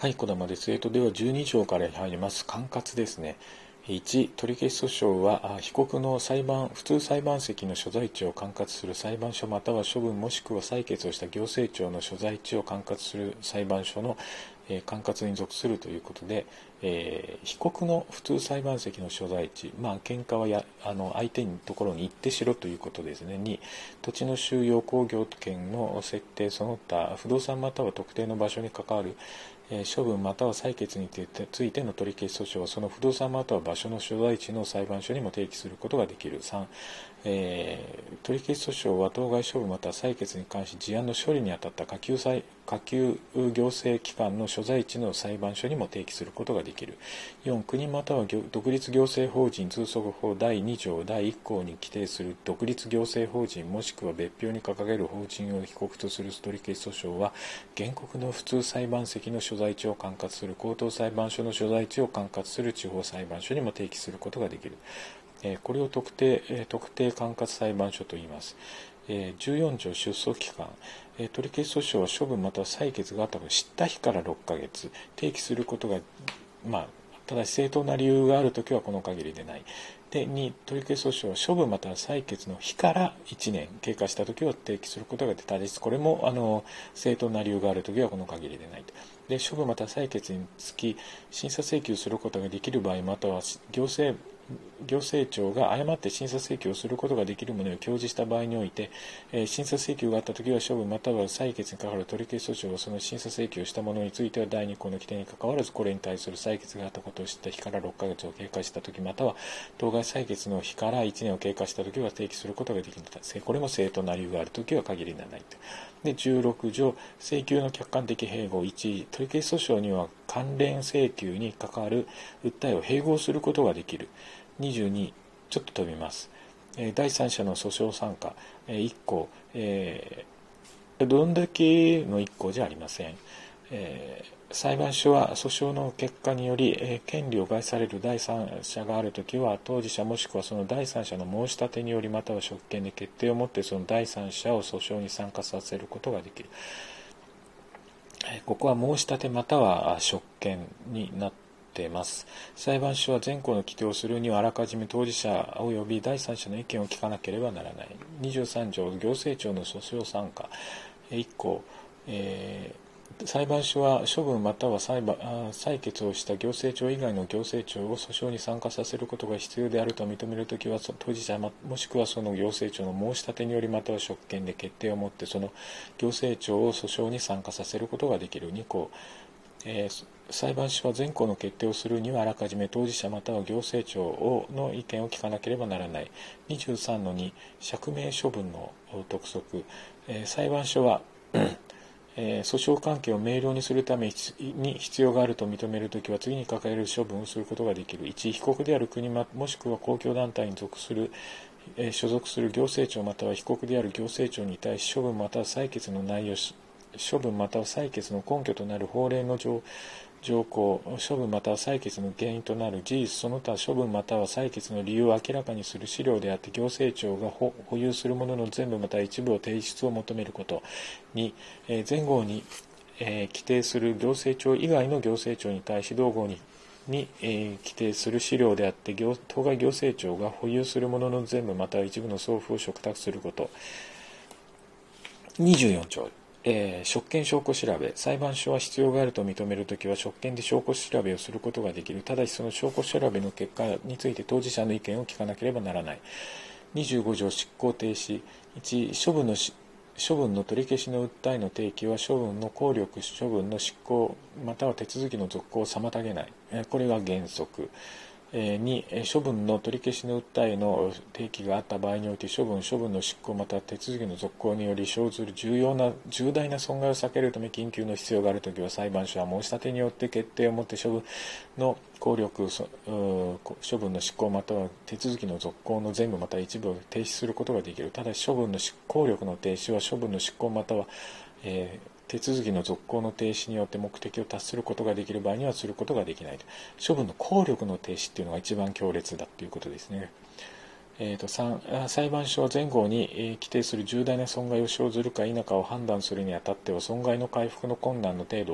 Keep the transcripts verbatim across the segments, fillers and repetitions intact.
はい、小玉です。えーと、ではじゅうに条から入ります。管轄ですね。いち、取り消し訴訟は、被告の裁判、普通裁判席の所在地を管轄する裁判所または処分もしくは裁決をした行政庁の所在地を管轄する裁判所の、えー管轄に属するということで、えー被告の普通裁判席の所在地、まあ、喧嘩はやあの相手のところに行ってしろということですね。に、土地の収用工業権の設定その他不動産または特定の場所に関わるえー処分または裁決についての取り消し訴訟はその不動産または場所の所在地の裁判所にも提起することができる。さん、えー取り消し訴訟は当該処分または裁決に関し事案の処理にあたった下級裁下級行政機関の所在地の裁判所にも提起することができる。よん、国または独立行政法人通則法だいに条だいいっ項に規定する独立行政法人もしくは別表に掲げる法人を被告とする取り消し訴訟は原告の普通裁判席の所在地を管轄する高等裁判所の所在地を管轄する地方裁判所にも提起することができる。これを特定、特定管轄裁判所と言います。じゅうよん条出訴期間、取り消し訴訟は処分または裁決があったと知った日からろっかげつ、提起することが、まあ、ただし正当な理由があるときはこの限りでない。で、に、取り消し訴訟は処分または裁決の日からいちねん経過したときは提起することができたです。これもあの正当な理由があるときはこの限りでない。で、処分または裁決につき審査請求することができる場合または行政行政庁が誤って審査請求をすることができる旨を表示した場合において、えー審査請求があったときは処分または裁決に関わる取り消し訴訟はその審査請求をしたものについてはだいに項の規定に関わらずこれに対する裁決があったことを知った日からろっかげつを経過したときまたは当該裁決の日からいちねんを経過したときは提起することができる。これも正当な理由があるときは限りがないで、じゅうろく条請求の客観的併合。いち、取り消し訴訟には関連請求に関わる訴えを併合することができる。にじゅうに、ちょっと飛びます。第三者の訴訟参加、いっ項、えー、どんだけのいっ項じゃありません。えー裁判所は訴訟の結果により、えー権利を害される第三者があるときは、当事者もしくはその第三者の申し立てにより、または職権で決定をもってその第三者を訴訟に参加させることができる。えーここは申し立てまたは職権になっています。裁判所は前項の規定をするにはあらかじめ当事者及び第三者の意見を聞かなければならない。にじゅうさん条行政庁の訴訟参加。いっ項、えー裁判所は処分または裁判裁決をした行政庁以外の行政庁を訴訟に参加させることが必要であると認めるときは当事者もしくはその行政庁の申し立てによりまたは職権で決定をもってその行政庁を訴訟に参加させることができる。に項、えー裁判所は前項の決定をするにはあらかじめ当事者または行政庁の意見を聞かなければならない。にじゅうさんのに、釈明処分の督促、えー裁判所はえー訴訟関係を明瞭にするために必要があると認めるときは次に書かれる処分をすることができる。いち、被告である国もしくは公共団体に属する、えー所属する行政庁または被告である行政庁に対し処分または裁決の内容処分または裁決の根拠となる法令の条条項、処分または裁決の原因となる事実、その他処分または裁決の理由を明らかにする資料であって、行政庁が保有するものの全部または一部を提出を求めること。に、前後に、えー、規定する行政庁以外の行政庁に対し同号にに、えー、規定する資料であって当該行政庁が保有するものの全部または一部の送付を嘱託すること。にじゅうよん条、えー、職権証拠調べ。裁判所は必要があると認めるときは職権で証拠調べをすることができる。ただしその証拠調べの結果について当事者の意見を聞かなければならない。にじゅうご条執行停止。いち、処分の処分の取り消しの訴えの提起は処分の効力、処分の執行または手続きの続行を妨げない。これが原則。に、処分の取り消しの訴えの提起があった場合において処分、処分の執行または手続きの続行により生ずる重要な重大な損害を避けるため緊急の必要があるときは裁判所は申し立てによって決定をもって処分の効力、処分の執行または手続きの続行の全部または一部を停止することができる。ただし処分の効力の停止は処分の執行または、えー手続きの続行の停止によって目的を達することができる場合にはすることができない。処分の効力の停止っていうのが一番強烈だということですね。えー、とさん、裁判所は前後に規定する重大な損害を生ずるか否かを判断するにあたっては損害の回復の困難の程度を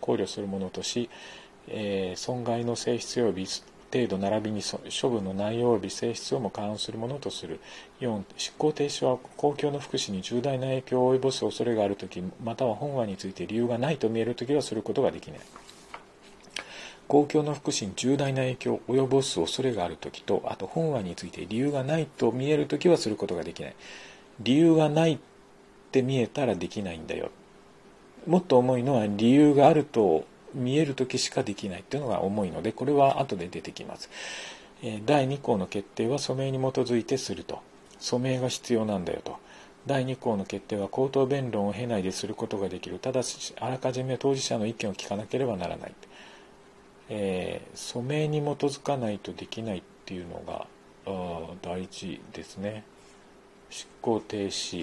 考慮するものとし、えー、損害の性質及び程度並びに処分の内容及び性質をも勘案するものとする。よん、執行停止は公共の福祉に重大な影響を及ぼす恐れがあるとき、または本案について理由がないと見えるときはすることができない。公共の福祉に重大な影響を及ぼす恐れがあるときと、あと本案について理由がないと見えるときはすることができない。理由がないって見えたらできないんだよ。もっと重いのは理由があると見えるときしかできないっていうのが重いので、これは後で出てきます。だいに項の決定は訴命に基づいてすると。訴命が必要なんだよと。だいに項の決定は口頭弁論を経ないですることができる。ただしあらかじめ当事者の意見を聞かなければならない。えー、訴命に基づかないとできないっていうのが大事ですね。執行停止。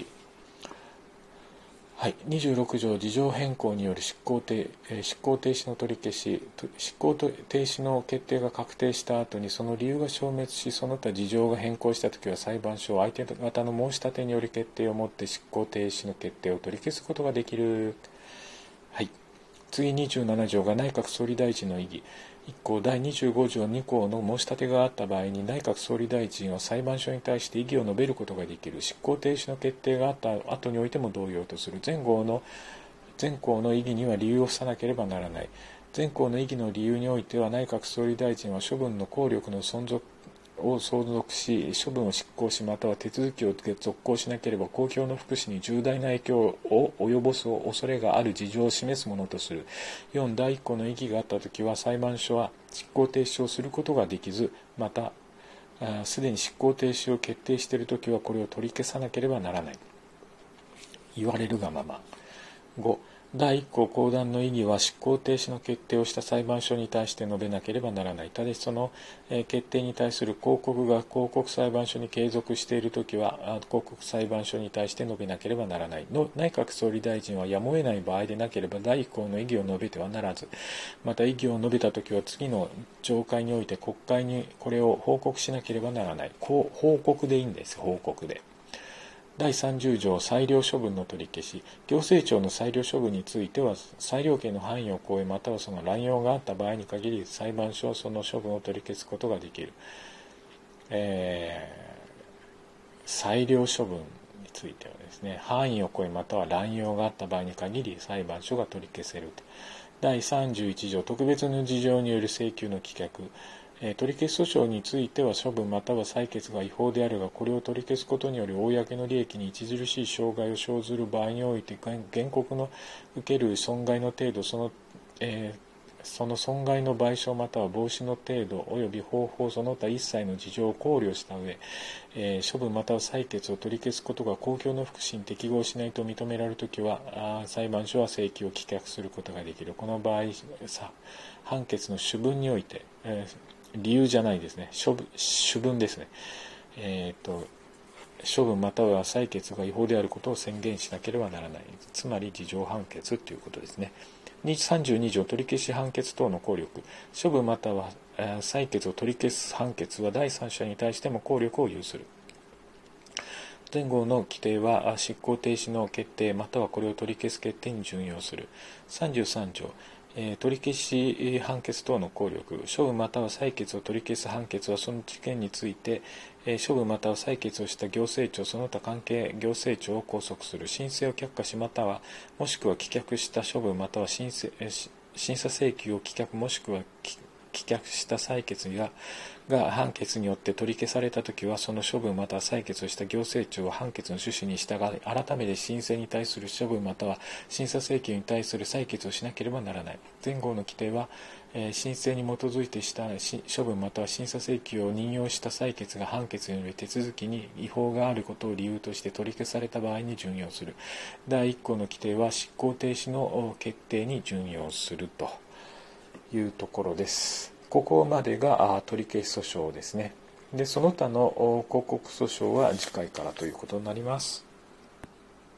はい、にじゅうろく条事情変更による執行停、えー、執行停止の取り消し、執行停止の決定が確定した後にその理由が消滅し、その他事情が変更したときは裁判所は相手方の申し立てにより決定をもって執行停止の決定を取り消すことができる。はい。次にじゅうなな条が内閣総理大臣の異議。いっ項だいにじゅうご条に項の申し立てがあった場合に内閣総理大臣は裁判所に対して異議を述べることができる。執行停止の決定があった後においても同様とする。前項の前項の異議には理由を付さなければならない。前項の異議の理由においては内閣総理大臣は処分の効力の存続を相続し、処分を執行し、または手続きを続行しなければ公共の福祉に重大な影響を及ぼす恐れがある事情を示すものとする。よん、だいいっ項の異議があったときは裁判所は執行停止をすることができず、またすでに執行停止を決定しているときはこれを取り消さなければならない。言われるがまま。ご、だいいっ項後段の異議は執行停止の決定をした裁判所に対して述べなければならない。ただしその決定に対する抗告が抗告裁判所に継続しているときは抗告裁判所に対して述べなければならないの。内閣総理大臣はやむを得ない場合でなければだいいっ項の異議を述べてはならず、また異議を述べたときは次の上会において国会にこれを報告しなければならない。こう報告でいいんです。報告で。だいさんじゅう条裁量処分の取り消し。行政庁の裁量処分については裁量権の範囲を超えまたはその乱用があった場合に限り裁判所はその処分を取り消すことができる。えー、裁量処分についてはですね、範囲を超えまたは乱用があった場合に限り裁判所が取り消せる。だいさんじゅういち条特別の事情による請求の棄却。取り消し訴訟については処分または裁決が違法であるが、これを取り消すことにより公の利益に著しい障害を生ずる場合において原告の受ける損害の程度、その、えー、その損害の賠償または防止の程度及び方法その他一切の事情を考慮した上、えー、処分または裁決を取り消すことが公共の福祉に適合しないと認められるときは裁判所は請求を棄却することができる。この場合さ判決の主文において、えー理由じゃないですね。処分、主文ですね。えっと、処分または裁決が違法であることを宣言しなければならない。つまり事情判決ということですね。さんじゅうに条取り消し判決等の効力。処分または裁決を取り消す判決は第三者に対しても効力を有する。前項の規定は執行停止の決定またはこれを取り消す決定に準用する。さんじゅうさん条取り消し判決等の効力。処分または裁決を取り消す判決はその事件について処分または裁決をした行政庁その他関係行政庁を拘束する。申請を却下しまたはもしくは棄却した処分または審査請求を棄却もしくは棄却した裁決がが判決によって取り消されたときはその処分または裁決をした行政庁は判決の趣旨に従い改めて申請に対する処分または審査請求に対する裁決をしなければならない。前項の規定は、えー、申請に基づいてした処分または審査請求を任用した裁決が判決により手続きに違法があることを理由として取り消された場合に準用する。だいいっ項の規定は執行停止の決定に準用するというところです。ここまでが取り消し訴訟ですね。で、その他の抗告訴訟は次回からということになります。